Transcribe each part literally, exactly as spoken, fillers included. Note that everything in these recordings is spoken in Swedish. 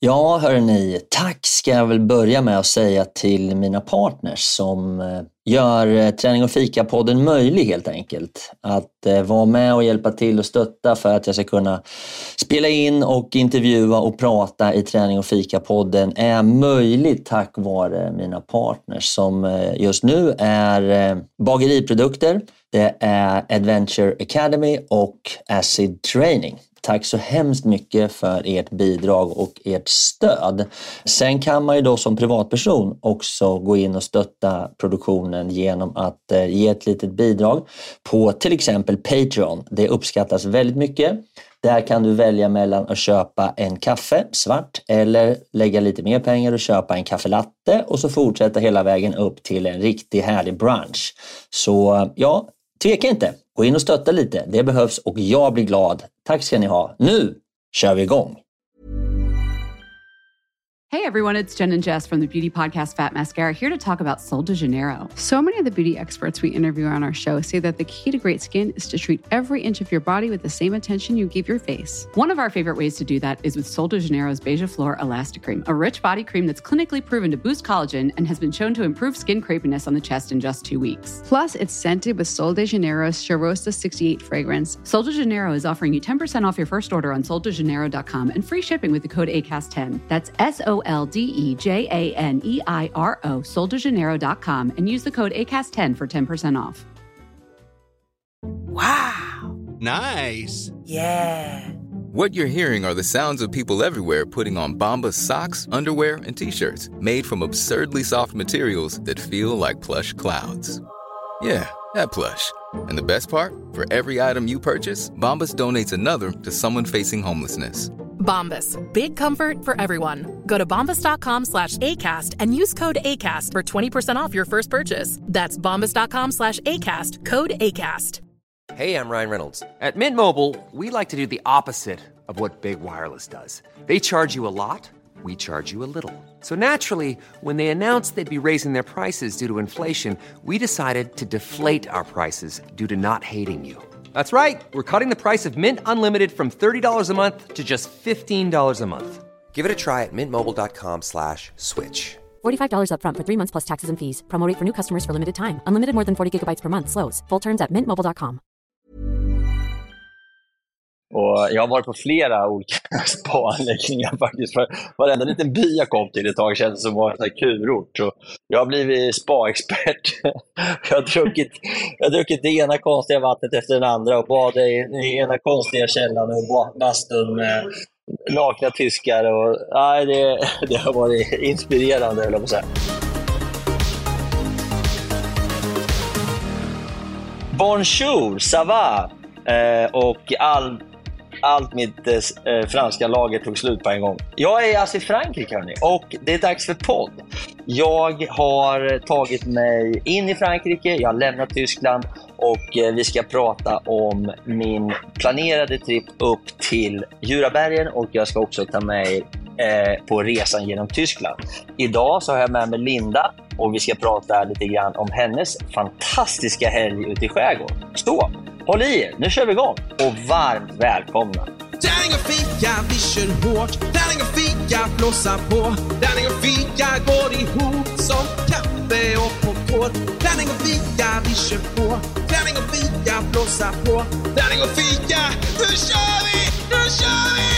Ja, hörni, tack ska jag väl börja med att säga till mina partners som gör Träning och Fika-podden möjlig helt enkelt. Att eh, vara med och hjälpa till och stötta för att jag ska kunna spela in och intervjua och prata i Träning och Fika-podden är möjligt tack vare mina partners som eh, just nu är eh, bageriprodukter, det är Adventure Academy och Acid Training. Tack så hemskt mycket för ert bidrag och ert stöd. Sen kan man ju då som privatperson också gå in och stötta produktionen genom att eh, ge ett litet bidrag på till exempel Patreon. Det uppskattas väldigt mycket. Där kan du välja mellan att köpa en kaffe svart eller lägga lite mer pengar och köpa en kaffelatte och så fortsätta hela vägen upp till en riktigt härlig brunch. Så ja, tveka inte. Gå in och stötta lite. Det behövs och jag blir glad. Tack ska ni ha. Nu kör vi igång. Hey everyone, it's Jen and Jess from the beauty podcast Fat Mascara here to talk about Sol de Janeiro. So many of the beauty experts we interview on our show say that the key to great skin is to treat every inch of your body with the same attention you give your face. One of our favorite ways to do that is with Sol de Janeiro's Beija Flor Elastic Cream, a rich body cream that's clinically proven to boost collagen and has been shown to improve skin crepiness on the chest in just two weeks. Plus, it's scented with Sol de Janeiro's Charosta sixty-eight fragrance. Sol de Janeiro is offering you ten percent off your first order on sol de janeiro dot com and free shipping with the code A C A S T ten. That's S O L D E J A N E I R O, sol de janeiro dot com, and use the code A C A S T ten for ten percent off. Wow. Nice. Yeah. What you're hearing are the sounds of people everywhere putting on Bombas socks, underwear, and T-shirts made from absurdly soft materials that feel like plush clouds. Yeah, that plush. And the best part? For every item you purchase, Bombas donates another to someone facing homelessness. Bombas, big comfort for everyone. Go to bombas.com slash ACAST and use code ACAST for twenty percent off your first purchase. That's bombas.com slash ACAST, code ACAST. Hey, I'm Ryan Reynolds. At Mint Mobile, we like to do the opposite of what Big Wireless does. They charge you a lot, we charge you a little. So naturally, when they announced they'd be raising their prices due to inflation, we decided to deflate our prices due to not hating you. That's right. We're cutting the price of Mint Unlimited from thirty dollars a month to just fifteen dollars a month. Give it a try at mintmobile.com slash switch. forty-five dollars up front for three months plus taxes and fees. Promo rate for new customers for limited time. Unlimited more than forty gigabytes per month. Slows full terms at mint mobile dot com. Och jag har varit på flera olika spa-anläggningar faktiskt. För varenda liten by jag kom till ett tag kändes som var en kurort. Så jag har blivit spa-expert. Jag har druckit, jag har druckit det ena konstiga vattnet efter den andra och badat i den ena konstiga källan och bastun med nakna tyskar. Och, nej, det, det har varit inspirerande, höll jag på att säga. Bonjour, ça va? Eh, och all Allt mitt eh, franska lager tog slut på en gång. Jag är alltså i Frankrike, hörni, och det är dags för podd. Jag har tagit mig in i Frankrike, jag har lämnat Tyskland och eh, vi ska prata om min planerade tripp upp till Jurabergen och jag ska också ta mig eh, på resan genom Tyskland. Idag så har jag med mig Linda och vi ska prata lite grann om hennes fantastiska helg ute i skärgården. Så, håll i er, nu kör vi igång och varmt välkomna! Träning och fika, vi kör hårt. Träning och fika, blåsa på. Träning och fika går ihop som kaffe och popcorn. Träning och fika, vi kör på. Träning och fika, blåsa på. Träning och fika, nu kör vi! Nu kör vi!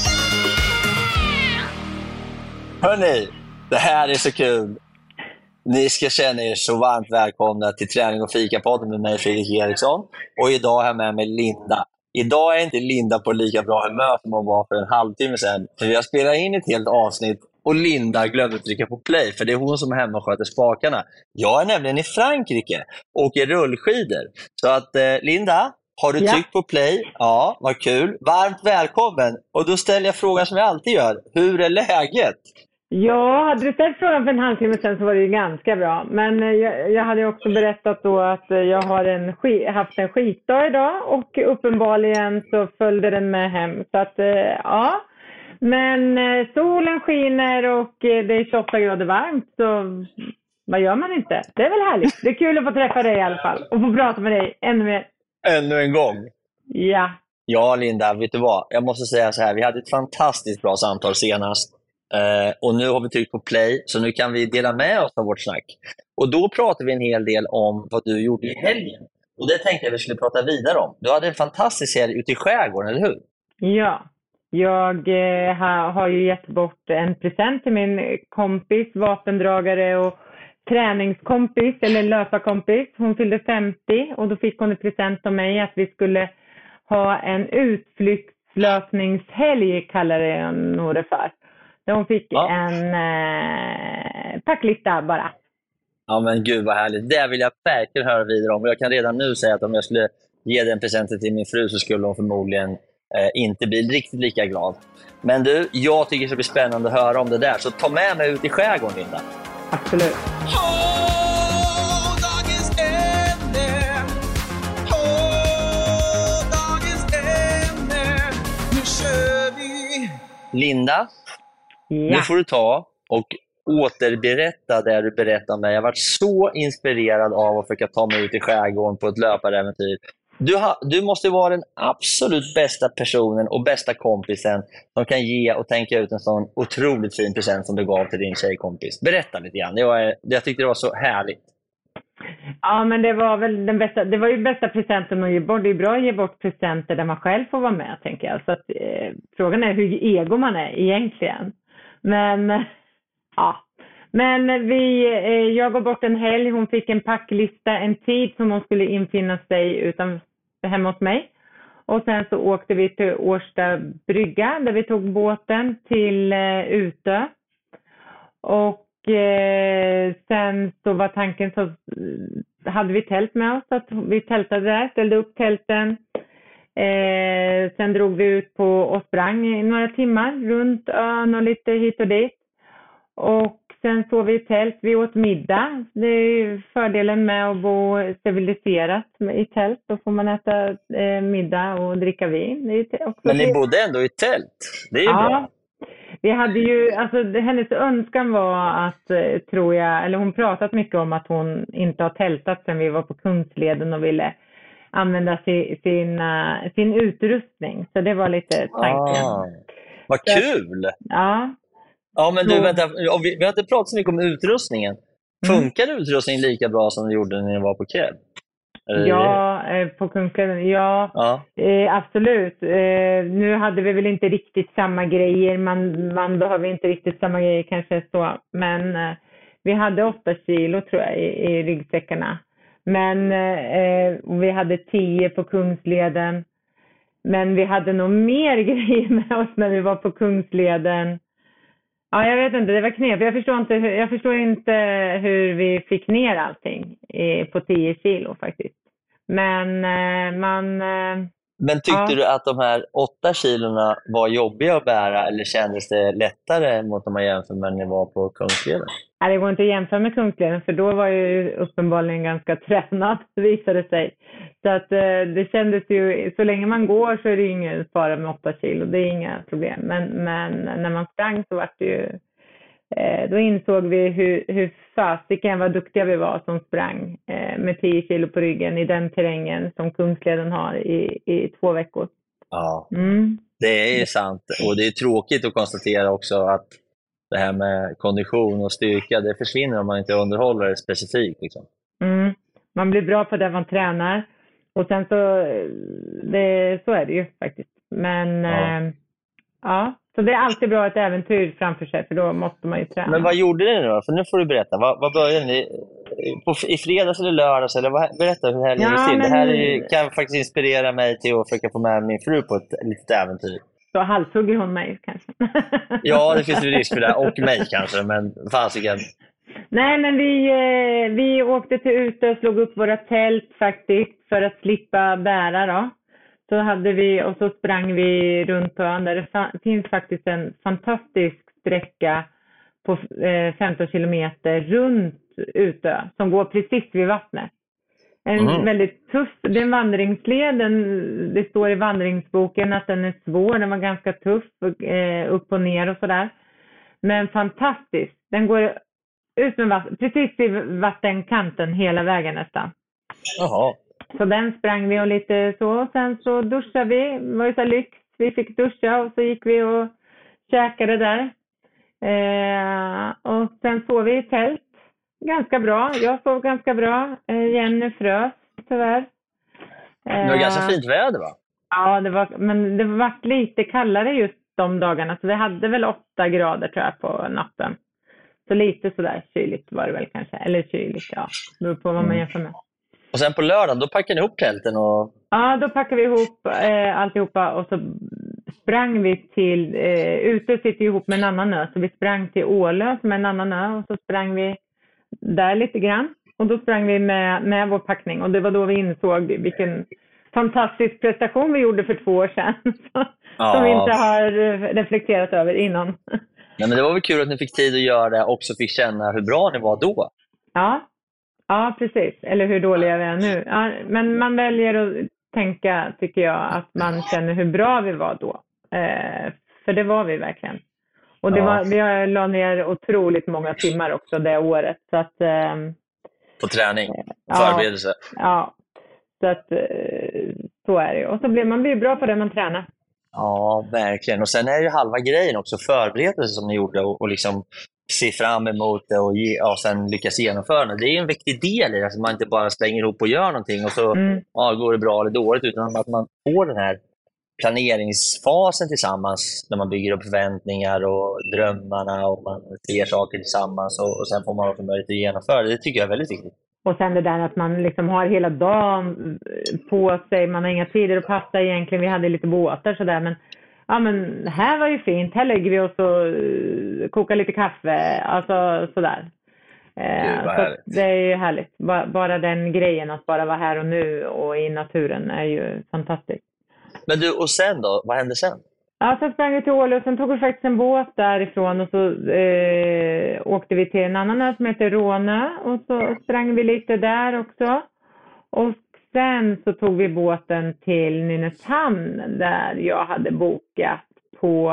Yeah! Hörrni, det här är så kul. Ni ska känna er så varmt välkomna till Träning och Fika-podden med mig, Fredrik Eriksson. Och idag har jag med mig Linda. Idag är inte Linda på lika bra humör som hon var för en halvtimme sedan. För vi har spelat in ett helt avsnitt och Linda glömde att trycka på play. För det är hon som är hemma och sköter spakarna. Jag är nämligen i Frankrike och åker rullskidor. Så att eh, Linda, har du ja. tryckt på play? Ja, vad kul. Varmt välkommen. Och då ställer jag frågan som jag alltid gör. Hur är läget? Ja, hade du ställt frågan för en halvtimme sedan så var det ju ganska bra. Men jag, jag hade också berättat då att jag har en, haft en skitdag idag och uppenbarligen så följde den med hem. Så att ja, men solen skiner och det är tjugoåtta grader varmt så vad gör man inte? Det är väl härligt. Det är kul att få träffa dig i alla fall och få prata med dig ännu mer. Ännu en gång? Ja. Ja, Linda, vet du vad? Jag måste säga så här, vi hade ett fantastiskt bra samtal senast. Eh, och nu har vi tryckt på play, så nu kan vi dela med oss av vårt snack. Och då pratar vi en hel del om vad du gjorde i helgen. Och det tänkte jag vi skulle prata vidare om. Du hade en fantastisk helg ute i skärgården, eller hur? Ja, jag eh, ha, har ju gett bort en present till min kompis, vapendragare och träningskompis eller löparkompis. Hon fyllde femtio och då fick hon en present av mig att vi skulle ha en utflyktslösningshelg, kallar det nog det för. Där hon fick ja. en eh, packlista bara. Ja men gud vad härligt. Det vill jag verkligen höra vidare om. Och jag kan redan nu säga att om jag skulle ge den presenten till min fru så skulle hon förmodligen eh, inte bli riktigt lika glad. Men du, jag tycker det ska bli spännande att höra om det där. Så ta med mig ut i skärgården, Linda. Absolut. Linda, ja. Nu får du ta och återberätta det du berättade om mig. Jag har varit så inspirerad av att försöka ta mig ut i skärgården på ett löparäventyr. Du, har, du måste vara den absolut bästa personen och bästa kompisen som kan ge och tänka ut en sån otroligt fin present som du gav till din tjejkompis. Berätta lite grann. Det var, jag tyckte det var så härligt. Ja, men det var väl den bästa, det var ju bästa presenten att ge bort. Det är bra att ge bort presenter där man själv får vara med, tänker jag. Så att, eh, frågan är hur ego man är egentligen. Men ja, men vi, eh, jag gav bort en helg. Hon fick en packlista, en tid som hon skulle infinna sig utan, hemma hos mig. Och sen så åkte vi till Årsta brygga där vi tog båten till eh, Utö. Och Eh, sen så var tanken så hade vi tält med oss, att vi tältade där, ställde upp tälten. Eh, sen drog vi ut på och sprang i några timmar runt ön och lite hit och dit. Och sen sov vi i tält, vi åt middag. Det är fördelen med att bo civiliserat i tält. Då får man äta eh, middag och dricka vin. Det är också Men ni bodde ändå i tält, det är ju ja. bra. Vi hade ju, alltså hennes önskan var att, tror jag, eller hon pratat mycket om att hon inte har tältat sen vi var på Kungsleden och ville använda sin, sin, sin utrustning. Så det var lite tanken. Ah, vad kul! Ja. Ja, men du, vänta, vi, vi har inte pratat så mycket om utrustningen. Funkar mm. utrustningen lika bra som den gjorde när ni var på Keb? Ja, på Kungsleden. Ja, ja. Eh, absolut. Eh, nu hade vi väl inte riktigt samma grejer. Man, man behöver inte riktigt samma grejer kanske så. Men eh, vi hade åtta kilo tror jag i, i ryggsäckarna. Men eh, vi hade tio på Kungsleden. Men vi hade nog mer grejer med oss när vi var på Kungsleden. Ja, jag vet inte. Det var knep. Jag förstår inte, jag förstår inte hur vi fick ner allting i, på tio kilo faktiskt. Men eh, man... Eh, Men tyckte ja. du att de här åtta kilorna var jobbiga att bära eller kändes det lättare mot om man jämför med när ni var på Kungsleden? Nej, det går inte att jämföra med Kungsleden för då var jag ju uppenbarligen ganska tränad, visade det sig. Så att eh, det kändes ju, så länge man går så är det ingen fara med åtta kilo, det är inga problem. Men, men när man sprang så var det ju, eh, då insåg vi hur, hur fasiken vad duktiga vi var som sprang eh, med tio kilo på ryggen i den terrängen som Kungsleden har i, i två veckor. Ja, mm. det är ju sant. Och det är tråkigt att konstatera också att det här med kondition och styrka, det försvinner om man inte underhåller det specifikt. Liksom. Mm. Man blir bra på det man tränar. Och sen så, det, så är det ju faktiskt. Men ja. Eh, ja, så det är alltid bra ett äventyr framför sig, för då måste man ju träna. Men vad gjorde ni då? För nu får du berätta. Vad, vad började ni? På, I fredags eller lördags? Eller vad, berätta hur helgen gick till. Men... Det här är, kan faktiskt inspirera mig till att försöka få med min fru på ett litet äventyr. Så halshugger hon mig kanske. Ja, det finns ju risk för det. Och mig kanske, men fasiken. Nej, men vi, vi åkte till ute och slog upp våra tält faktiskt för att slippa bära då. Så hade vi, och så sprang vi runt på ön där det fa- finns faktiskt en fantastisk sträcka på eh, femton kilometer runt Utö som går precis vid vattnet. En mm. väldigt tuff, det är en vandringsled, den, det står i vandringsboken att den är svår, den var ganska tuff, eh, upp och ner och sådär. Men fantastisk, den går ut med vatten, precis vid vattenkanten hela vägen nästan. Jaha. Så den sprang vi och lite så, och sen så duschade vi, det var ju så lyx, vi fick duscha och så gick vi och käkade där. Eh, och sen sov vi i tält. Ganska bra. Jag sov ganska bra. Eh, Jenny frös tyvärr. Det var ganska fint väder, va? Ja, det var, men det var lite kallare just de dagarna. Så vi hade väl åtta grader tror jag på natten. Så lite sådär kyligt var det väl kanske. Eller kyligt, ja. Det beror på vad man jämför med. Och sen på lördagen, då packade ni ihop tälten och... Ja, då packade vi ihop eh, alltihopa och så sprang vi till... Eh, ute sitter vi ihop med en annan ö. Så vi sprang till Ålö som är en annan ö. Och så sprang vi där lite grann. Och då sprang vi med, med vår packning. Och det var då vi insåg vilken fantastisk prestation vi gjorde för två år sedan. Ja. Som vi inte har reflekterat över innan. Nej, men det var väl kul att ni fick tid att göra det och också fick känna hur bra ni var då. Ja, ja precis. Eller hur dåliga vi är nu. Ja, men man väljer att tänka, tycker jag, att man känner hur bra vi var då. Eh, för det var vi verkligen. Och det Ja. var, vi la ner otroligt många timmar också det året. Så att, eh, På träning, ja, förberedelse. Ja, så att eh, så är det. Och så blir man blir bra på det man tränar. Ja, verkligen. Och sen är det ju halva grejen också, förberedelse som ni gjorde och, och liksom se fram emot det och, ge, och sen lyckas genomföra det. Det är en viktig del i det, att man inte bara slänger ihop och gör någonting och så Mm. ja, går det bra eller dåligt, utan att man får den här planeringsfasen tillsammans när man bygger upp förväntningar och drömmarna och man ser saker tillsammans och, och sen får man också möjlighet att genomföra det. Det tycker jag är väldigt viktigt. Och sen det där att man liksom har hela dagen på sig. Man har inga tider att passa egentligen. Vi hade lite båtar sådär. Men, ja, men här var ju fint. Här lägger vi oss och uh, kokar lite kaffe. Alltså sådär. Eh, Gud, vad så härligt. det är ju härligt. Bara, bara den grejen att bara vara här och nu och i naturen är ju fantastiskt. Men du, och sen då? Vad hände sen? Ja, sen sprang vi till Ålö och sen tog vi faktiskt en båt därifrån och så eh, åkte vi till en annan ö som heter Rånö och så sprang vi lite där också. Och sen så tog vi båten till Nynäshamn där jag hade bokat på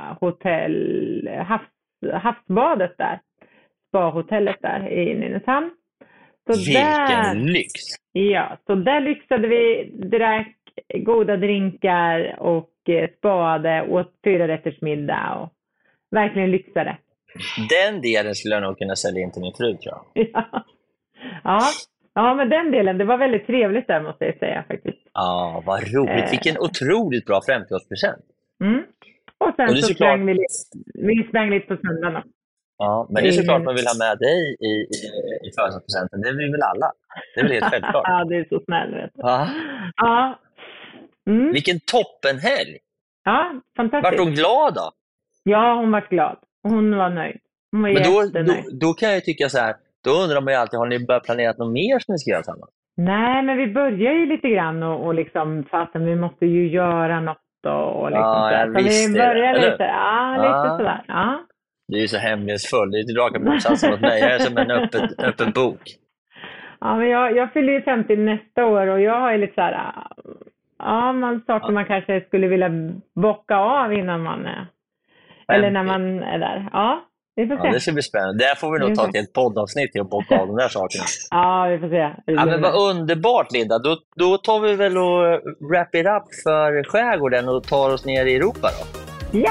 hotell havs, havsbadet där. Spa-hotellet där i Nynäshamn. Så Vilken där, lyx! ja, så där lyxade vi, drack goda drinkar och eh, spade, åt fyra rätters middag och verkligen lyxade. Den delen skulle jag nog kunna sälja in till min fru, tror jag. Ja. Ja, ja, men den delen, det var väldigt trevligt där måste jag säga faktiskt. Ja, vad roligt. Eh. Vilken otroligt bra femtioårspresent. Mm. Och sen Och det är så såklart- sprang vi, lite, vi sprang lite på söndagen också. Ja, men det är såklart Mm. man vill ha med dig i, i, i födelsedagspresenten. Det vill väl alla. Det är väl helt självklart. Ja, du är så snäll vet du. Ja. Ja. Mm. Vilken toppenhelg! Ja, fantastiskt. Vart hon glad då? Ja, hon var glad. Hon var nöjd. Hon var Men då, då, jättenöjd. då kan jag ju tycka så här, då undrar man ju alltid, har ni börjat planera något mer som ni ska göra tillsammans? Nej, men vi börjar ju lite grann och, och liksom, fastän vi måste ju göra något och, och liksom Ja, så. jag Så vi visste det, börjar eller? lite, ja, lite Ja. sådär. Ja. Det är ju så hemlighetsfull, det är ju raka motsatsen mot mig. Jag är som en öppen, öppen bok. Ja, men jag, jag fyller ju femtio nästa år och jag har ju lite såhär, ja, man, saker man kanske skulle vilja bocka av innan man är, eller när man är där. Ja, vi får se. Ja, det ska bli spännande. Där får vi nog ta till ett poddavsnitt till att bocka av de där sakerna. Ja, vi får se. Ja, men vad underbart, Linda. Då, då tar vi väl och wrap it up för skärgården och tar oss ner i Europa då. Ja.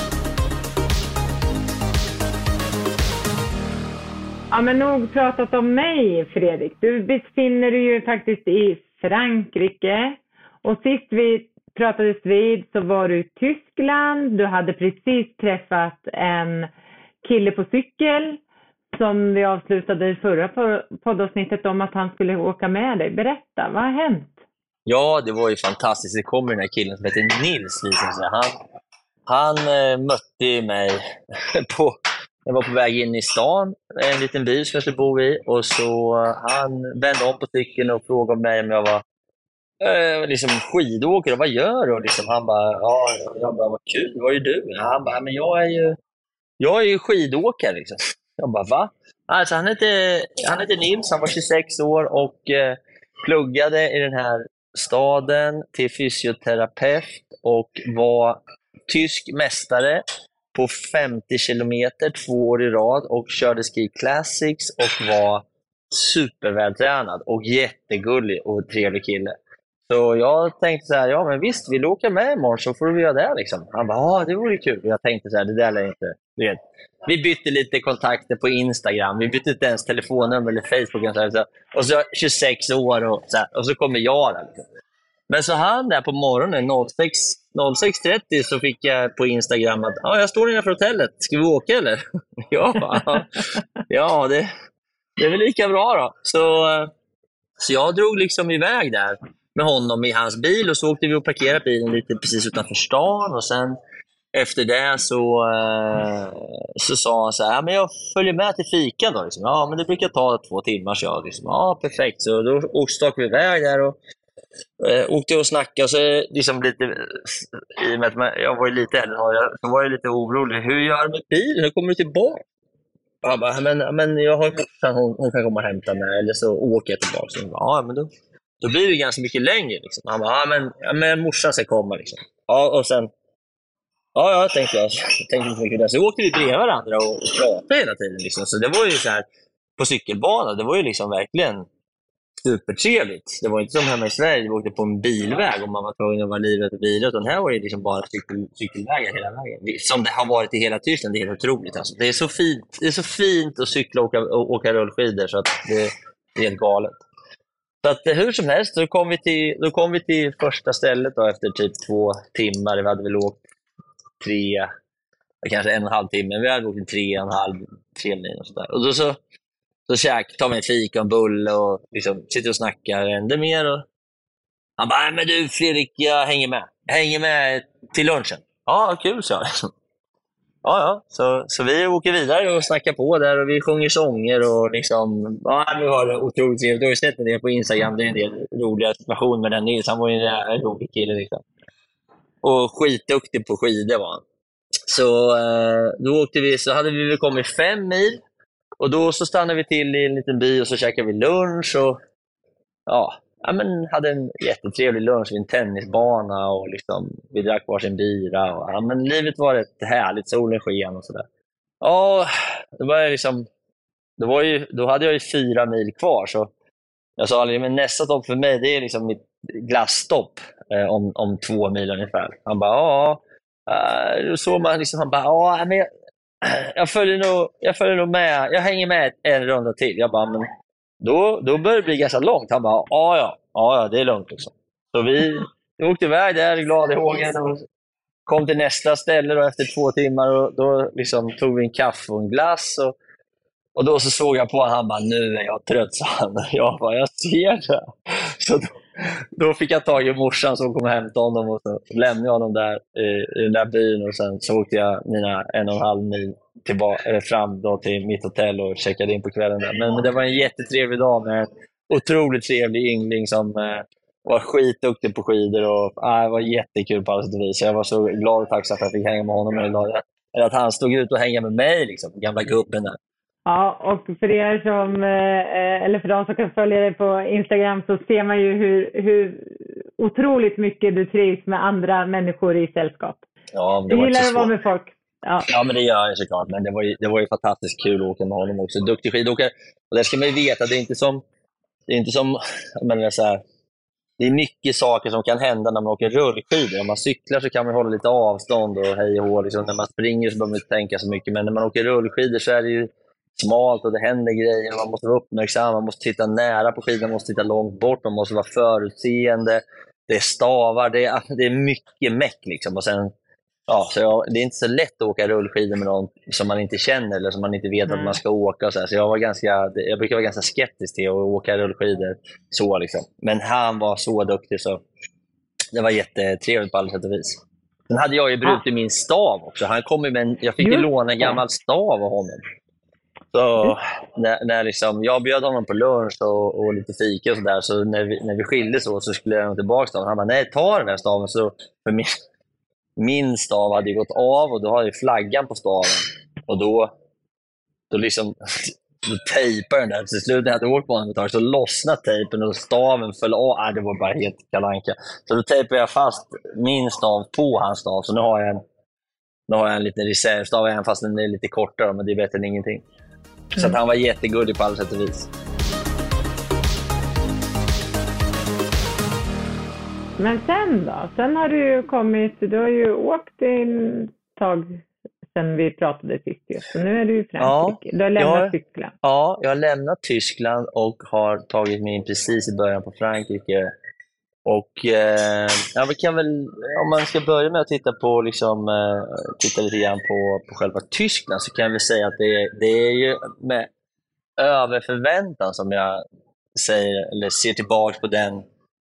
Ja, men nog pratat om mig, Fredrik. Du befinner dig ju faktiskt i Frankrike. Och sist vi pratades vid så var du i Tyskland. Du hade precis träffat en kille på cykel som vi avslutade i förra poddavsnittet om att han skulle åka med dig. Berätta, vad har hänt? Ja, det var ju fantastiskt. Det kommer den här killen som heter Nils. Liksom. Han, han eh, mötte mig på... Jag var på väg in i stan, en liten by som jag skulle bo i, och så han vände om på cykeln och frågade mig om jag var eh, liksom skidåkare. Vad gör du? Och liksom, han bara, ja, jag bara, vad kul, vad är du? Och han bara, men jag är ju, jag är ju skidåkare liksom. Jag bara, va? Alltså han heter, han heter Nils, han var tjugosex år och eh, pluggade i den här staden till fysioterapeut och var tysk mästare på femtio kilometer två år i rad och körde Ski Classics och var supervältränad och jättegullig och trevlig kille. Så jag tänkte så här, ja men visst, vill du åka med imorgon så får du göra det liksom. Han bara, ja det vore kul. Och jag tänkte så här, det där lär inte, du vet. Vi bytte lite kontakter på Instagram. Vi bytte inte ens telefonnummer eller Facebook. Och så, här, så och så tjugosex år och så här, och så kommer jag där. Liksom. Men så han där på morgonen sex trettio så fick jag på Instagram att ah, jag står innanför hotellet. Ska vi åka eller? ja, ja det, det är väl lika bra då. Så, så jag drog liksom iväg där med honom i hans bil och så åkte vi och parkerade bilen lite precis utanför stan och sen efter det så, så sa han så här, ja, men jag följer med till fika då. Liksom. Ja, men det brukar ta två timmar. Så jag liksom, ja, perfekt. Så då stack vi iväg där och äh, åkte och snackade. Och så liksom lite, i och med att jag var lite äldre, så var jag lite orolig. Hur gör du med bilen? Hur kommer du tillbaka? Och han bara, men, men jag har morsan, hon, hon kan komma och hämta mig. Eller så åker jag tillbaka. Så jag bara, ja, men då, då blir det ganska mycket längre. Liksom. Han bara, ja, men, ja, men morsan ska komma. Liksom. Ja, och sen Ja, jag tänkte jag. tänkte inte mycket där. Så åkte vi bredvid varandra och pratade hela tiden. Liksom. Så det var ju så här, på cykelbanan, det var ju liksom verkligen supertrevligt. Det var inte som hemma i Sverige, vi åkte på en bilväg och man var tvungen att vara livet och bilar. Utan här var det liksom bara cykel, cykelvägar hela vägen. Som det har varit i hela Tyskland, det är helt otroligt. Alltså. Det är så fint, det är så fint att cykla och åka, och åka rullskidor så att det, det är helt galet. Så att hur som helst, då kom vi till, då kom vi till första stället då, efter typ två timmar. Vi hade väl åkt tre, kanske en och en halv timme. Vi hade åkt tre och en halv, tre mil och sådär. Och då så, så käk, tar vi en fika och en bulle och liksom sitter och snackar ännu mer. Och han bara, men du Fredrik, jag hänger med. Jag hänger med till lunchen. Ja, kul, så jag. Ja, ja. Så, så vi åker vidare och snackar på där och vi sjunger sånger och liksom, ja, vi har det otroligt trevligt. Du har ju sett det på Instagram, det är en del roliga situationer med den Nils. Han var ju en rolig kille liksom. Och skitduktig på skidor var han. Så eh, då åkte vi, så hade vi väl kommit fem mil. Och då så stannade vi till i en liten by och så käkade vi lunch. Och ja, ja men hade en jättetrevlig lunch vid en tennisbana. Och liksom, vi drack varsin bira. Och, ja, men livet var rätt härligt, solen sken och sådär. Ja, det var liksom, det var ju, då hade jag ju fyra mil kvar. Så jag sa aldrig, men nästa stopp för mig, det är liksom mitt glassstopp. Eh, om, om två mil ungefär. Han bara, ja. Uh, då såg man liksom, han bara, ja, men jag, jag, följer nog, jag följer nog med. Jag hänger med en runda till. Jag bara, men då, då börjar det bli ganska långt. Han bara, ja, ja, ja, det är långt liksom. Så vi, vi åkte iväg där, glada i hågen och kom till nästa ställe då, efter två timmar. Och då liksom tog vi en kaffe och en glass. Och, och då så såg jag på honom, han bara, nu är jag trött, så han. Jag bara, jag ser det. Så då, Då fick jag tag i morsan som kom och hämtade honom och så lämnade jag honom där i, i den där byn och sen så åkte jag mina en och en halv mil tillbaka, eller fram då till mitt hotell och checkade in på kvällen där. Men, men det var en jättetrevlig dag med en otroligt trevlig yngling som eh, var skitduktig på skidor och ah, det var jättekul på alla sätt och vis. Så jag var så glad och tacksam för att jag fick hänga med honom eller att han stod ut och hänga med mig liksom, gamla gubben där. Ja, och för er som, eller för de som kan följa dig på Instagram så ser man ju hur, hur otroligt mycket du trivs med andra människor i sällskap. Ja, det du var gillar att vara med folk. Ja. ja, men det gör jag såklart. Men det var ju, det var ju fantastiskt kul att åka med honom också. Duktig skidåkare. Och det ska man ju veta, det är inte som, det är inte som, jag menar så här, det är mycket saker som kan hända när man åker rullskidor. Om man cyklar så kan man hålla lite avstånd och hej och hå. Liksom. När man springer så behöver man inte tänka så mycket. Men när man åker rullskidor så är det ju smalt och det händer grejer. Man måste vara uppmärksam, man måste titta nära på skidan, man måste titta långt bort, man måste vara förutseende. Det är stavar, det är, det är mycket meck liksom. Och sen, ja, så jag, det är inte så lätt att åka rullskidor med någon som man inte känner eller som man inte vet mm. att man ska åka. Och så, här. Så jag, var ganska, jag brukar vara ganska skeptisk till att åka rullskidor. Så, liksom. Men han var så duktig så det var jättetrevligt på alla sätt och vis. Sen hade jag ju brutit min stav också. Han kom med en, jag fick ju låna en gammal stav av honom. Så när, när liksom, jag bjöd honom på lunch och, och lite fika och sådär, så när vi, när vi skildes så, så skulle jag tillbaka staven. Han bara, nej, ta den här staven. Så, för min, min stav hade ju gått av och då hade ju flaggan på staven. Och då, då liksom då tejpade den där. Till slut när jag hade åkt på honom ett tag så lossnade tejpen och staven föll av. Ah, det var bara helt kalanka. Så då tejpade jag fast min stav på hans stav. Så nu har jag en, nu har jag en liten reservstav, även fast den är lite kortare, men det är bättre än ingenting. Mm. Så att han var jättegullig på alla sätt och vis. Men sen då? Sen har du ju kommit, du har ju åkt en tag sen vi pratade tyska. Så nu är du i Frankrike. Ja, du har lämnat jag, Tyskland. Ja, jag har lämnat Tyskland och har tagit mig in precis i början på Frankrike. Och eh, ja, vi kan väl, om man ska börja med att titta på liksom, eh, titta lite grann på, på själva Tyskland, så kan jag väl säga att det, det är ju med överförväntan som jag säger, eller ser tillbaka på den,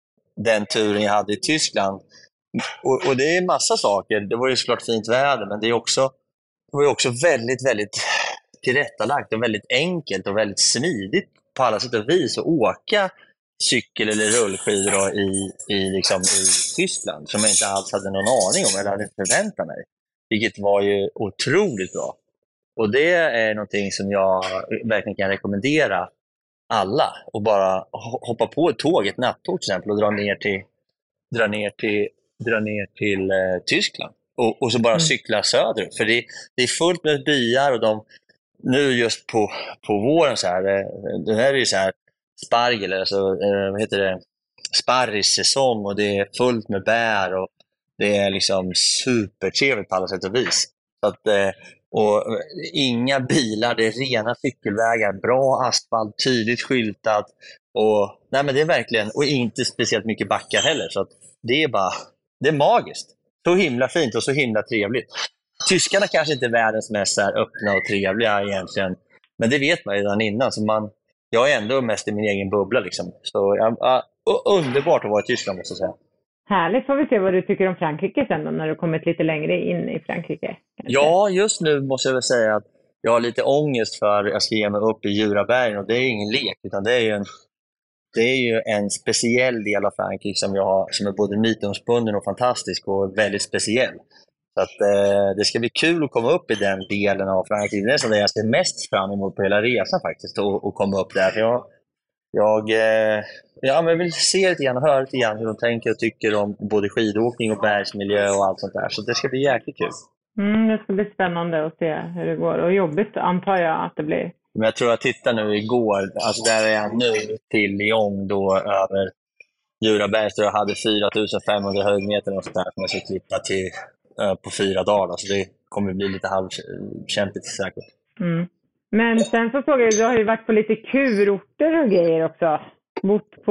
den turen jag hade i Tyskland. Och, och det är en massa saker. Det var ju såklart fint väder, men det är också, det var ju också väldigt, väldigt tillrättalagt och väldigt enkelt och väldigt smidigt på alla sätt och vis att åka cykel eller rullskidor i, i, liksom, i Tyskland, som jag inte alls hade någon aning om eller hade förväntat mig. Vilket var ju otroligt bra. Och det är någonting som jag verkligen kan rekommendera alla. Och bara hoppa på ett tåg, ett nattåg till exempel, och dra ner till, dra ner till, dra ner till eh, Tyskland. Och, och så bara mm. cykla söderut. För det, det är fullt med byar, och de, nu just på, på våren så här, det här är ju så här spargel, alltså, eh, vad heter det, sparrissäsong, och det är fullt med bär, och det är liksom supertrevligt på alla sätt och vis. Så att, eh, och inga bilar, det är rena cykelvägar, bra asfalt, tydligt skyltat, och nej, men det är verkligen, och inte speciellt mycket backar heller, så att det är bara, det är magiskt. Så himla fint och så himla trevligt. Tyskarna kanske inte är världens mest här öppna och trevliga egentligen, men det vet man redan innan, så man, jag är ändå mest i min egen bubbla liksom. Så ja, underbart att vara i Tyskland, måste jag säga. Härligt. Får vi se vad du tycker om Frankrike sen då, när du kommit lite längre in i Frankrike. Kanske. Ja, just nu måste jag väl säga att jag har lite ångest för att jag ska ge mig upp i Jurabergen, och det är ingen lek, utan det är ju en, det är ju en speciell del av Frankrike som, jag har, som är både mytomspunnen och fantastisk och väldigt speciell. Så att, eh, det ska bli kul att komma upp i den delen av Frankrike. Det är det jag ser mest fram emot på hela resan faktiskt, och, och komma upp där. För jag, jag, eh, ja, men jag vill se lite grann och höra lite grann hur de tänker och tycker om både skidåkning och bergsmiljö och allt sånt där. Så det ska bli jäkligt kul. Mm, det ska bli spännande att se hur det går. Och jobbigt antar jag att det blir. Men jag tror jag tittade nu igår, alltså där är jag nu till Lyon då över Juraberg, där jag hade fyra tusen femhundra höjdmeter och sånt där som jag ska klippa till på fyra dagar, så det kommer bli lite halvkämpigt säkert. Mm. Men sen så såg jag, du har ju varit på lite kurorter och grejer också. Bott på,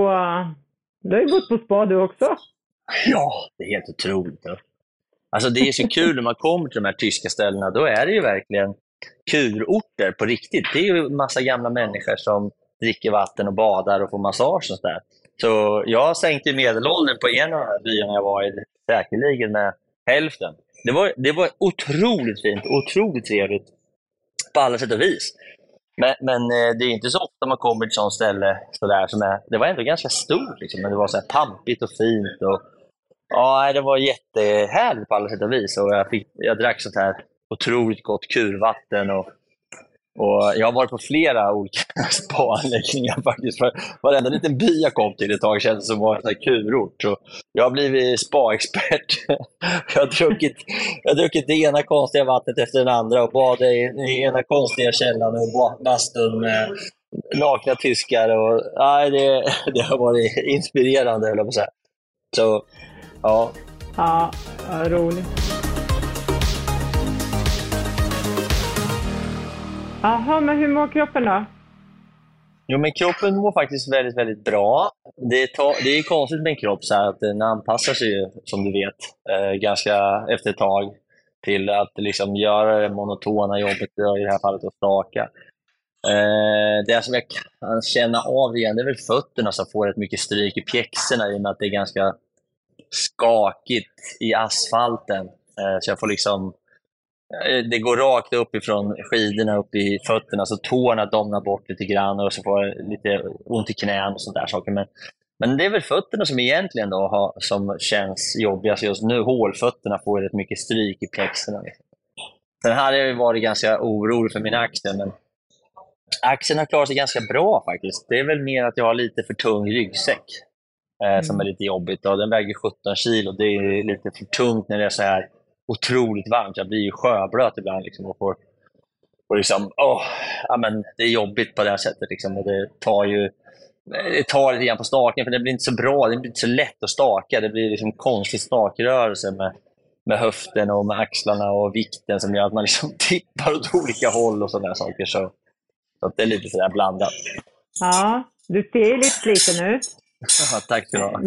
du har ju bott på spa du också. Ja, det är helt otroligt. Ja. Alltså det är så kul när man kommer till de här tyska ställena, då är det ju verkligen kurorter på riktigt. Det är ju en massa gamla människor som dricker vatten och badar och får massage och sådär. Så jag sänkte medelåldern på en av de här byarna jag var i säkerligen med hälften. Det var, det var otroligt fint, otroligt trevligt på alla sätt och vis. Men, men det är inte så ofta man kommer till sånt ställe så där, som är, det var ändå ganska stort liksom, men det var så här pampigt och fint, och ja, det var jättehärligt på alla sätt och vis, och jag, fick, jag drack sånt här otroligt gott kurvatten, och Och jag har varit på flera olika spa-anläggningar faktiskt. För varenda liten by jag kom till ett tag kändes som var en sån här kurort. Så jag har blivit spa-expert. Jag har druckit, jag har druckit det ena konstiga vattnet efter den andra och badat i den ena konstiga källan och bastun med nakna tyskar. Och, nej, det, det har varit inspirerande, höll jag på att säga. Så, ja. Ja, ja, roligt. Jaha, men hur mår kroppen då? Jo, men kroppen mår faktiskt väldigt, väldigt bra. Det, tar, det är konstigt med en kropp så här, att den anpassar sig, som du vet, eh, ganska efter ett tag till att liksom göra det monotona jobbet, i det här fallet att staka. Eh, det som jag kan känna av igen, det är väl fötterna som får rätt mycket stryk i pjäxorna, i och med att det är ganska skakigt i asfalten. Eh, så jag får liksom... Det går rakt upp ifrån skidorna upp i fötterna, så tårna domnar bort lite grann, och så får jag lite ont i knän och sånt där saker. Men, men det är väl fötterna som egentligen då har, som känns jobbigast just nu. Hålfötterna får rätt mycket stryk i pjäxorna. Sen hade jag varit ganska orolig för min axel, men axeln har klarat sig ganska bra faktiskt. Det är väl mer att jag har lite för tung ryggsäck eh, mm. som är lite jobbigt. Och den väger sjutton kilo, det är lite för tungt när det är så här otroligt varmt. Jag blir ju sjöblöt ibland liksom, och får, får liksom, åh, ja, men det är jobbigt på det här sättet liksom, och det tar ju det tar lite grann på staken, för det blir inte så bra, det blir inte så lätt att staka, det blir liksom konstig stakrörelse med, med höften och med axlarna och vikten som gör att man liksom tippar åt olika håll och sådana saker. Så, så att det är lite sådär blandat. Ja, du ser ju lite sliten ut. Ja, tack ska du ha. Nu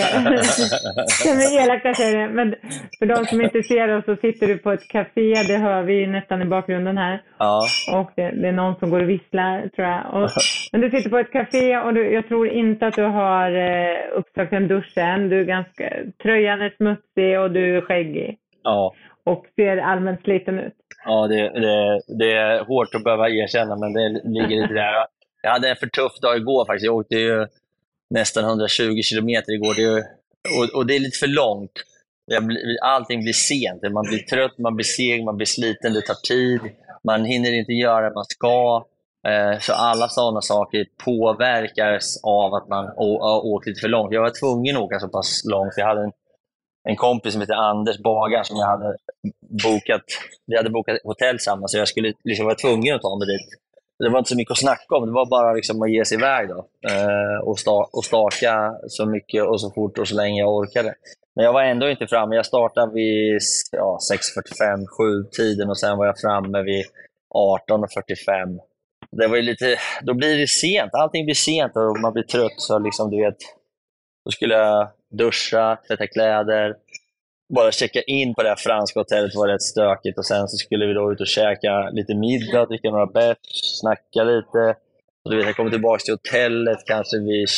är det elakt att säga det, men för de som inte ser oss så sitter du på ett café, det hör vi nästan i bakgrunden här. Ja. Och det, det är någon som går och visslar, tror jag. Och, men du sitter på ett café och du, jag tror inte att du har eh, uppsökt en dusch än. Du är ganska, tröjan är smutsig och du är skäggig. Ja. Och ser allmänt sliten ut. Ja, det, det, det är hårt att behöva erkänna, men det ligger lite där. Jag hade en för tuff dag igår faktiskt. Jag åkte ju nästan hundratjugo kilometer igår. Det är, och, och det är lite för långt. Jag blir, allting blir sent. Man blir trött, man blir seg, man blir sliten. Det tar tid. Man hinner inte göra det man ska. Eh, så alla sådana saker påverkas av att man å, å, åker lite för långt. Jag var tvungen att åka så pass långt. För jag hade en, en kompis som heter Anders Bagar som jag hade bokat. Vi hade bokat hotell samman, så jag skulle liksom vara tvungen att ta mig dit. Det var inte så mycket att snacka om, det var bara liksom att ge sig iväg då. Eh, och, sta- och staka så mycket och så fort och så länge jag orkade. Men jag var ändå inte framme. Jag startade vid ja, sex fyrtiofem, sju tiden och sen var jag framme vid arton fyrtiofem. Det var ju lite, då blir det sent, allting blir sent och man blir trött, så liksom du vet, då skulle jag duscha, tvätta kläder, bara checka in på det här franska hotellet var rätt stökigt och sen så skulle vi då ut och käka lite middag, dricka några bärs, snacka lite. Och du vet, jag kommer tillbaka till hotellet kanske vid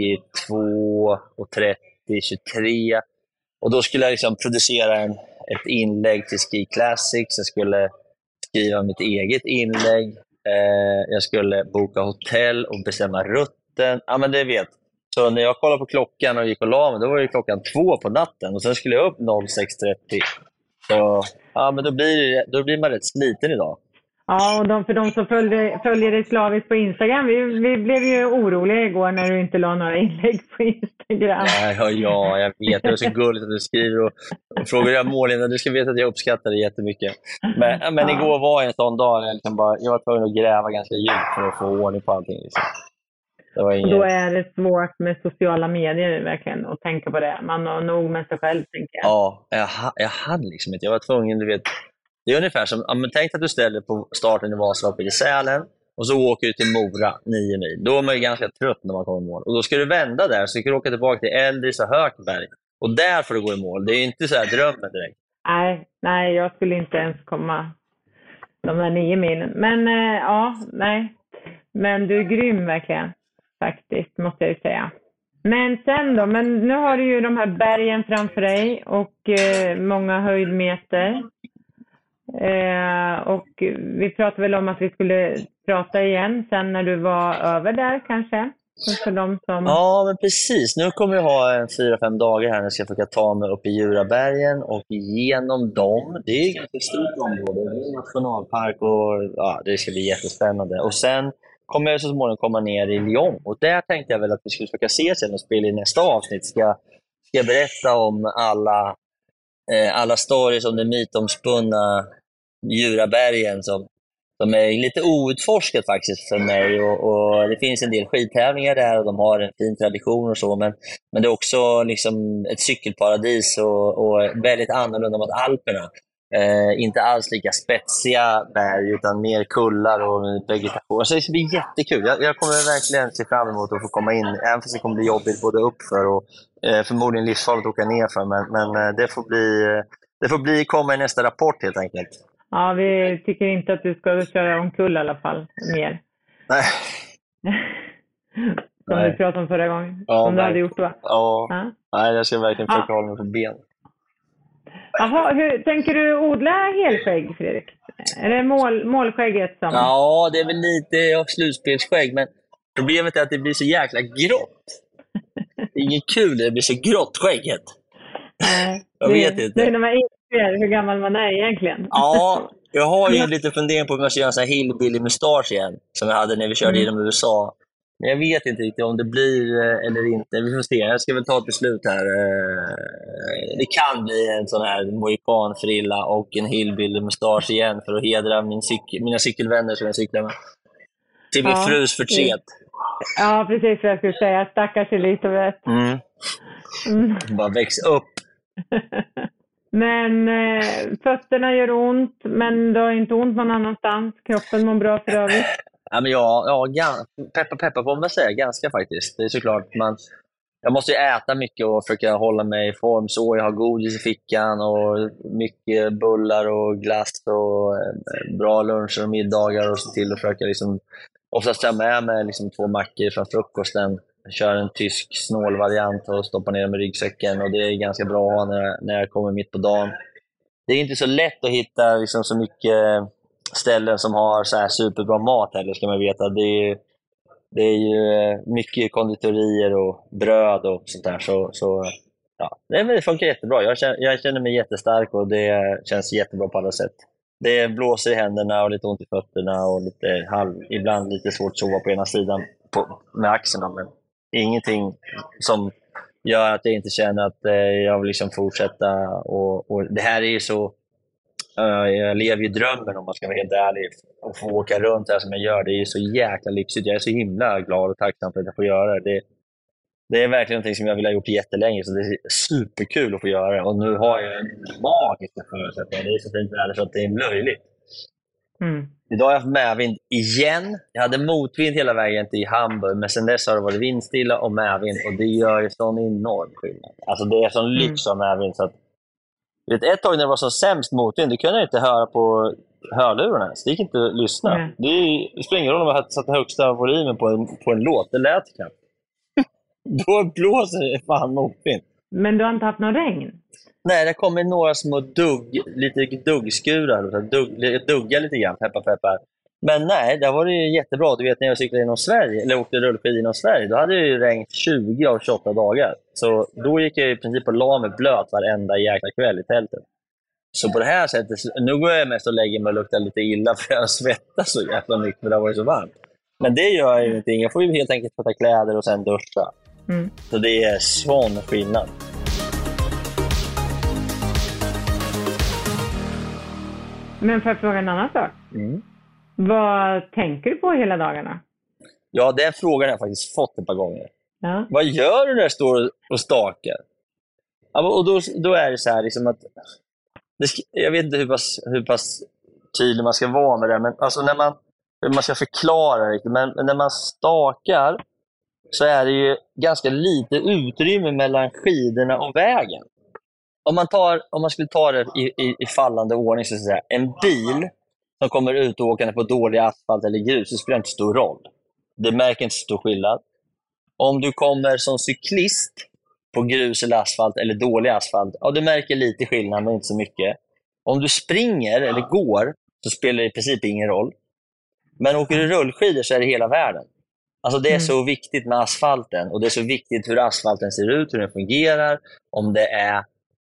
tjugotvå trettio, tjugotre. Och då skulle jag liksom producera en, ett inlägg till Ski Classics. Jag skulle skriva mitt eget inlägg. Eh, jag skulle boka hotell och bestämma rutten. Ja, men det vet. Så när jag kollade på klockan och gick och la mig, då var det klockan två på natten. Och sen skulle jag upp sex trettio. Så ja, men då blir, det, då blir man rätt sliten idag. Ja, och de, för de som följer, följer dig slaviskt på Instagram, vi, vi blev ju oroliga igår när du inte la några inlägg på Instagram. Ja, ja, ja jag vet. Det är så gulligt att du skriver och, och frågar jag målen. Du ska veta att jag uppskattar det jättemycket. Men, men ja. Igår var en sån dag jag, liksom bara, jag var tvungen att gräva ganska djupt för att få ordning på allting. Liksom. Det var ingen... Och då är det svårt med sociala medier verkligen att tänka på det. Man har nog med sig själv, tänker jag. Ja, jag, jag hade liksom inte. Jag var tvungen, du vet. Det är ungefär som, ja, men tänk att du ställer på starten i Vasaloppet i Sälen och så åker du till Mora, nio mil. Då är man ju ganska trött när man kommer i mål. Och då ska du vända där, så ska du åka tillbaka till Eldris och Hökberg. Och där får du gå i mål. Det är inte så här drömmen direkt. Nej, nej, jag skulle inte ens komma de där nio milen. Men eh, ja, nej. Men du är grym verkligen, faktiskt, måste jag ju säga. Men sen då, men nu har du ju de här bergen framför dig och eh, många höjdmeter. Eh, och vi pratade väl om att vi skulle prata igen sen när du var över där kanske. För de som... Ja, men precis. Nu kommer jag ha en fyra, fem dagar här när jag ska försöka ta mig upp i Djurabergen och igenom dem. Det är ett ganska stort område. Det är en nationalpark och ja, det ska bli jättespännande. Och sen kommer jag så småningom komma ner i Lyon. Och där tänkte jag väl att vi skulle försöka ses sen och spela i nästa avsnitt. Ska, ska jag berätta om alla, eh, alla stories om den mytomspunna Djurabergen som, som är lite outforskat faktiskt för mig. Och, och det finns en del skidtävlingar där och de har en fin tradition och så. Men, men det är också liksom ett cykelparadis och, och väldigt annorlunda mot Alperna. Eh, inte alls lika spetsiga berg utan mer kullar och vegetation. Så det ska bli jättekul. Jag, jag kommer verkligen se fram emot att få komma in, även fast det kommer bli jobbigt både uppför och eh, förmodligen livsfarligt att åka ner för. Men, men eh, det får bli det får bli komma i nästa rapport helt enkelt. Ja, vi tycker inte att du ska köra omkull i alla fall mer. Nej. Som Nej. Du pratade om förra gången. Ja, som du hade gjort då. Ja. ja. Nej, jag ska verkligen försöka ja. hålla mig på ben. Jaha, hur tänker du odla helskägg, Fredrik? Är det mål, målskägget som... Ja, det är väl lite av slutspelsskägg, men problemet är att det blir så jäkla grått. Det är inget kul, det blir så grått skägget. Nej, jag det, vet inte. Det är när man inser hur gammal man är egentligen. Ja, jag har ju lite fundering på om jag ska göra en sån här hillbilly-mustasch igen, som jag hade när vi körde mm. genom U S A. Men jag vet inte riktigt om det blir eller inte. Vi får se. Jag ska väl ta ett beslut här. Det kan bli en sån här mohikanfrilla och en hillbilly-mustasch igen för att hedra min cykel, mina cykelvänner som jag cyklar med. Till min ja, frus förtret. Ja, precis vad jag skulle säga. Stackars Elisabeth. Mm. Mm. Bara väx upp. Men eh, fötterna gör ont, men det har inte ont någon annanstans. Kroppen mår bra för övrigt. Ja, men ja, ja gan- peppa peppa får man säga, ganska faktiskt. Det är såklart, man, jag måste ju äta mycket och försöka hålla mig i form, så jag har godis i fickan och mycket bullar och glass och eh, bra luncher och middagar och så till och försöka liksom, oftast ta med mig liksom två mackor från frukosten, kör en tysk snålvariant och stoppar ner dem i ryggsäcken, och det är ganska bra att ha när, när jag kommer mitt på dagen. Det är inte så lätt att hitta liksom så mycket ställen som har så här superbra mat heller, ska man veta. Det är, det är ju mycket konditorier och bröd och sånt där. Så, så ja, det funkar jättebra. Jag känner, jag känner mig jättestark och det känns jättebra på alla sätt. Det blåser i händerna och lite ont i fötterna och lite halv, ibland lite svårt att sova på ena sidan på, med axlarna. Men ingenting som gör att jag inte känner att eh, jag vill liksom fortsätta. Och, och det här är ju så... Jag lever ju drömmen, om man ska vara helt ärlig, och få åka runt här som jag gör. Det är ju så jäkla lyxigt. Jag är så himla glad och tacksam för att jag får göra det. Det är verkligen något som jag vill ha gjort jättelänge, så det är superkul att få göra det. Och nu har jag en magisk förutsättning. Det är så fint väder så att det är löjligt. Mm. Idag har jag haft medvind igen. Jag hade motvind hela vägen till Hamburg, men sen dess har det varit vindstilla och medvind, och det gör ju sån enorm skillnad. Alltså det är sån lyx av medvind så att vet, ett tag när det var som sämst motvind, det kunde jag inte höra på hörlurarna. Så det gick inte att lyssna. Mm. Det, är, det spelar ingen roll om jag satt högsta volymen på en, på en låt. Det lät knappt. Då blåser det fan motvind. Men du har inte haft någon regn? Nej, det kommer några små dugg, lite duggskurar. Dugg, dugga lite grann, peppa peppar. Men nej, det var det jättebra. Du vet, när jag cyklade inom Sverige, eller åkte rullskidor inom Sverige, då hade det ju regnat tjugo av tjugoåtta dagar. Så då gick jag i princip och la mig blöt varenda jäkla kväll i tältet. Så på det här sättet, nu går jag mest och lägger mig och luktar lite illa för jag svettas så jäkla mycket för det har varit så varmt. Men det gör ju ingenting. Jag får ju helt enkelt ta kläder och sen duscha. Mm. Så det är sån skillnad. Men för att fråga en annan sak. Mm. Vad tänker du på hela dagarna? Ja, den frågan har jag faktiskt fått ett par gånger. Ja. Vad gör du när du står och stakar? Ja, och då, då är det så här liksom att... Det, jag vet inte hur pass, hur pass tydlig man ska vara med det, men alltså när man, hur man ska förklara det, men när man stakar så är det ju ganska lite utrymme mellan skidorna och vägen. Om man, tar, om man skulle ta det i, i, i fallande ordning, så att säga, en bil som kommer ut och åkande på dålig asfalt eller grus, så spelar inte stor roll. Det märker inte stor skillnad. Om du kommer som cyklist på grus eller asfalt eller dålig asfalt, ja, du märker lite skillnad men inte så mycket. Om du springer eller går så spelar det i princip ingen roll. Men åker du rullskidor så är det hela världen. Alltså det är mm. så viktigt med asfalten, och det är så viktigt hur asfalten ser ut, hur den fungerar, om det är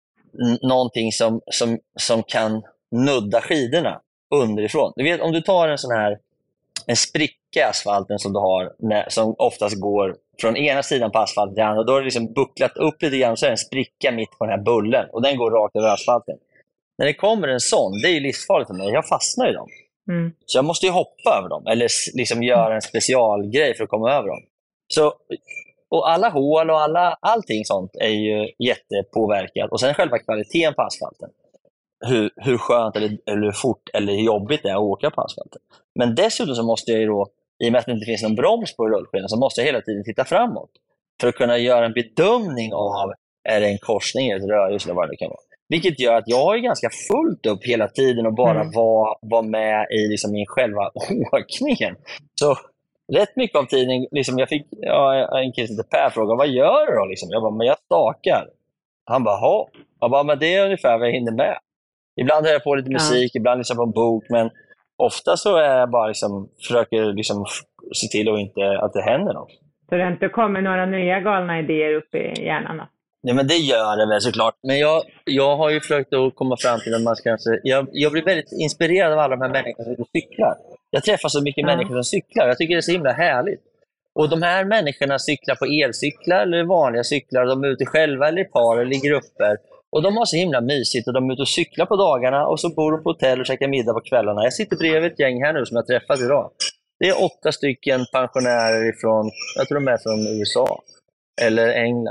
n- någonting som, som, som kan nudda skidorna underifrån. Du vet, om du tar en sån här en spricka i asfalten som du har, när, som oftast går från ena sidan på asfalten till andra, och då har det liksom bucklat upp lite grann, så är det en spricka mitt på den här bullen och den går rakt över asfalten. När det kommer en sån, det är ju livsfarligt för mig. Jag fastnar i dem. Mm. Så jag måste ju hoppa över dem, eller liksom göra en specialgrej för att komma över dem. Så, och alla hål och alla, allting sånt är ju jättepåverkat. Och sen själva kvaliteten på asfalten. Hur, hur skönt eller, eller hur fort eller hur jobbigt det är att åka på asfalten. Men dessutom så måste jag ju då, i och med att det inte finns någon broms på rullskidan, så måste jag hela tiden titta framåt. För att kunna göra en bedömning av, är det en korsning eller ett rörljus eller vad det kan vara. Vilket gör att jag är ganska fullt upp hela tiden och bara mm. var, var med i liksom i själva åkningen. Så rätt mycket av tiden, liksom jag fick ja, en kille till Per fråga, vad gör du då? Liksom? Jag bara, men jag stakar. Han bara, ha. Jag bara, men det är ungefär vad jag hinner med. Ibland hör jag på lite musik, ja. Ibland liksom på en bok, men ofta så är jag bara liksom, försöker liksom se till att, inte, att det händer något. Så det inte kommer några nya galna idéer upp i hjärnan då? Ja, men det gör det väl såklart. Men jag, jag har ju försökt att komma fram till att man ska... Jag, jag blir väldigt inspirerad av alla de här människorna som cyklar. Jag träffar så mycket ja. människor som cyklar. Jag tycker det är så himla härligt. Och de här människorna cyklar på elcyklar eller vanliga cyklar. De är ute själva eller i par eller ligger uppe. Och de har så himla mysigt. Och de är ute och cyklar på dagarna och så bor de på hotell och käkar middag på kvällarna. Jag sitter bredvid ett gäng här nu som jag träffat idag. Det är åtta stycken pensionärer ifrån, jag tror de är från U S A eller England.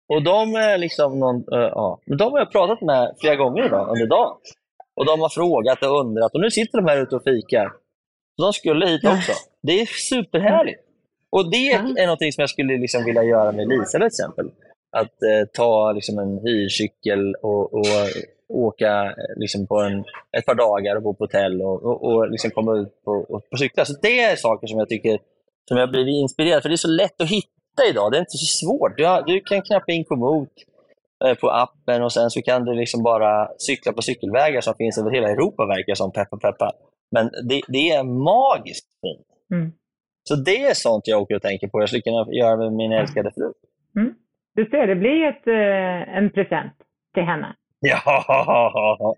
Och de är liksom någon, uh, ja. Men de har jag pratat med flera gånger idag, under dagen. Och de har frågat och undrat. Och nu sitter de här ute och fikar. Så de skulle hit också. Det är superhärligt. Och det är någonting som jag skulle liksom vilja göra med Lisa till exempel. Att eh, ta liksom en hyrcykel och, och åka liksom på en, ett par dagar och bo på hotell och, och, och liksom komma ut på, och, på cykla. Så det är saker som jag tycker som jag blivit inspirerad. För det är så lätt att hitta idag. Det är inte så svårt. Du, har, du kan knappa in Komoot eh, på appen och sen så kan du liksom bara cykla på cykelvägar som finns över hela Europa, verkar som peppa peppa. Men det, det är magiskt fint. Mm. Så det är sånt jag åker och tänker på. Jag skulle kunna göra med min älskade fru. Mm. Du ser, det blir ett, eh, en present till henne. Ja,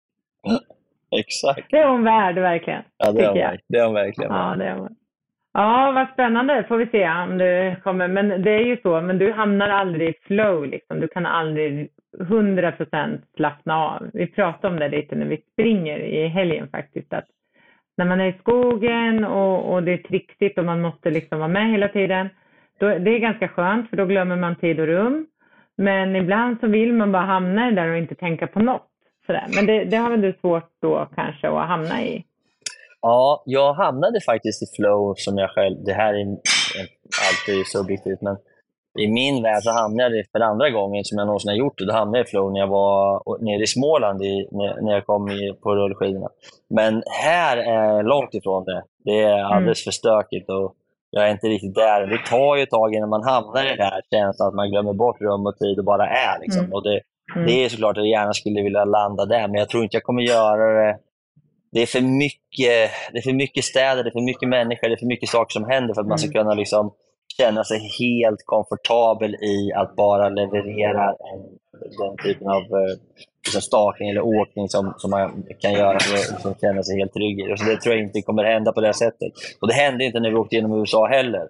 exakt. Det är hon värd verkligen. Ja, det är hon, verk- det är hon verkligen. Ja, det är hon. Ja, vad spännande. Får vi se om du kommer. Men det är ju så, men du hamnar aldrig i flow liksom. Du kan aldrig hundra procent slappna av. Vi pratade om det lite när vi springer i helgen faktiskt. Att när man är i skogen och, och det är trixigt och man måste liksom vara med hela tiden. Då, det är ganska skönt för då glömmer man tid och rum. Men ibland så vill man bara hamna där och inte tänka på något. Sådär. Men det, det har väl du svårt då kanske att hamna i? Ja, jag hamnade faktiskt i flow som jag själv, det här är alltid subjektivt, men i min värld så hamnade jag för andra gången som jag någonsin har gjort det. Då hamnade jag i flow när jag var nere i Småland i, när, när jag kom i, på rullskidorna. Men här är långt ifrån det. Det är alldeles mm. för stökigt och jag är inte riktigt där. Det tar ju ett tag innan man hamnar i det här känslan att man glömmer bort rum och tid och bara är. Liksom. Mm. Och det, mm. det är såklart att jag gärna skulle vilja landa där, men jag tror inte jag kommer göra det. Det är för mycket, det är för mycket städer, det är för mycket människor, det är för mycket saker som händer för att man ska kunna liksom känna sig helt komfortabel i att bara leverera en, den typen av liksom stakning eller åkning som, som man kan göra för att liksom känna sig helt trygg i. Så det tror jag inte kommer hända på det sättet. Och det hände inte när vi åkte genom U S A heller.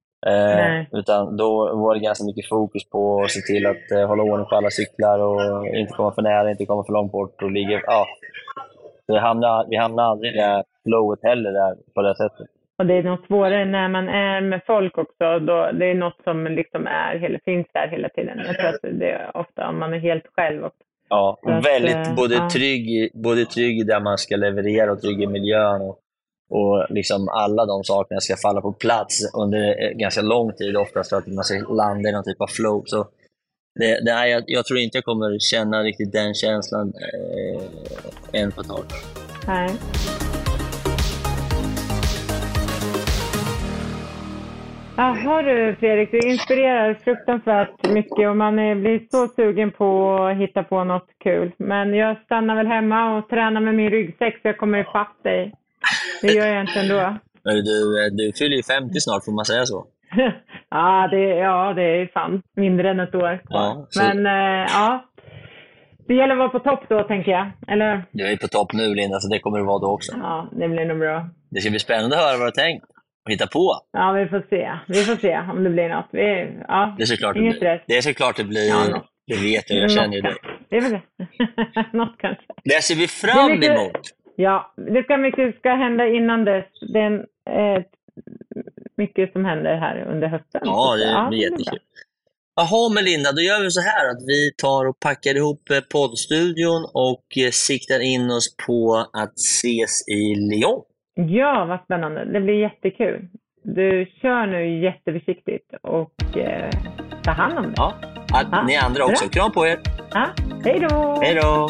Eh, utan då var det ganska mycket fokus på att se till att eh, hålla ordning på alla cyklar och inte komma för nära, inte komma för långt bort och ligga... Ja. Vi hamnar, vi hamnar aldrig i det här flowet heller där, på det sättet. Och det är något svårare när man är med folk också. Då, det är något som liksom är, eller finns där hela tiden. Jag tror att det är ofta om man är helt själv också. Ja, och väldigt att, både, ja. trygg, både trygg där man ska leverera och trygg i miljön. Och, och liksom alla de sakerna ska falla på plats under ganska lång tid. Oftast för att man ska landa i någon typ av flow. Så det, det här, jag, jag tror inte jag kommer känna riktigt den känslan eh, än på ett tag. Nej. Jaha du Fredrik, du inspirerar fruktansvärt mycket och man är, blir så sugen på att hitta på något kul. Men jag stannar väl hemma och tränar med min ryggsäck så jag kommer ifatt dig. Det gör jag inte ändå. Du, du fyller ju femtio snart, får man säga så? ja, det, ja, det är fan mindre än ett år. Ja, men äh, ja, det gäller att vara på topp då, tänker jag. Eller? Du är på topp nu, Linda, så det kommer det vara då också. Ja, det blir nog bra. Det ska bli spännande att höra vad du har tänkt och hitta på. Ja, vi får se. Vi får se om det blir något. Vi, ja, det är såklart det blir. Det är såklart det blir. Ja, det vet jag, jag känner ju det. Det är väl det. något kanske. Det ser vi fram mycket, emot. Ja, det ska mycket ska hända innan dess. Det är eh, mycket som händer här under hösten. Ja, det blir ja, jättekul. Jaha, men Linda, då gör vi så här att vi tar och packar ihop poddstudion och siktar in oss på att ses i Lyon. Ja, vad spännande. Det blir jättekul. Du kör nu jätteförsiktigt och eh, ta hand om det. Ja, att ja. Ni andra också. Kram på er. Ja, hej då. Hej då.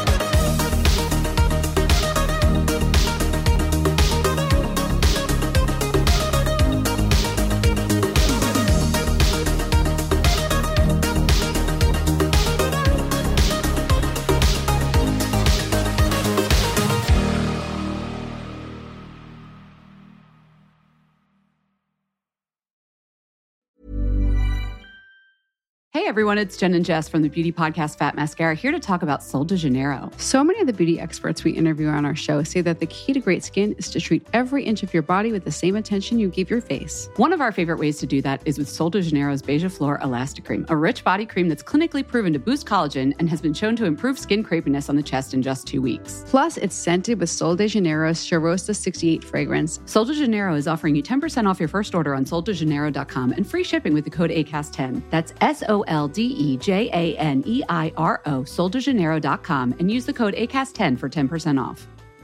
Hey everyone, it's Jen and Jess from the beauty podcast Fat Mascara here to talk about Sol de Janeiro. So many of the beauty experts we interview on our show say that the key to great skin is to treat every inch of your body with the same attention you give your face. One of our favorite ways to do that is with Sol de Janeiro's Beija Flor Elastic Cream, a rich body cream that's clinically proven to boost collagen and has been shown to improve skin crepiness on the chest in just two weeks. Plus, it's scented with Sol de Janeiro's Charosta sixty-eight fragrance. Sol de Janeiro is offering you ten percent off your first order on sol de janeiro dot com and free shipping with the code A C A S T ten. That's S O L D E J A N E I R O, sol de janeiro dot com, and use the code A C A S T ten for ten percent off.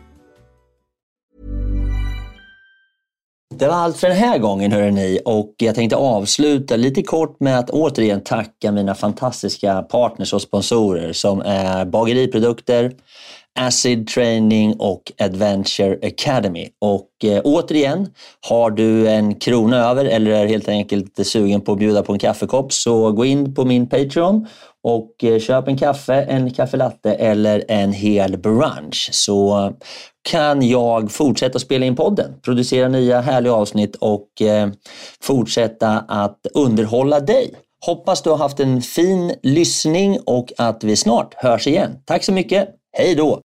Det var allt för den här gången, hörrni, och jag tänkte avsluta lite kort med att återigen tacka mina fantastiska partners och sponsorer som är Bageriprodukter, Acid Training och Adventure Academy. Och eh, återigen, har du en krona över eller är helt enkelt sugen på att bjuda på en kaffekopp, så gå in på min Patreon och eh, köp en kaffe, en kaffelatte eller en hel brunch, så kan jag fortsätta spela in podden, producera nya härliga avsnitt och eh, fortsätta att underhålla dig. Hoppas du har haft en fin lyssning och att vi snart hörs igen. Tack så mycket, hej då!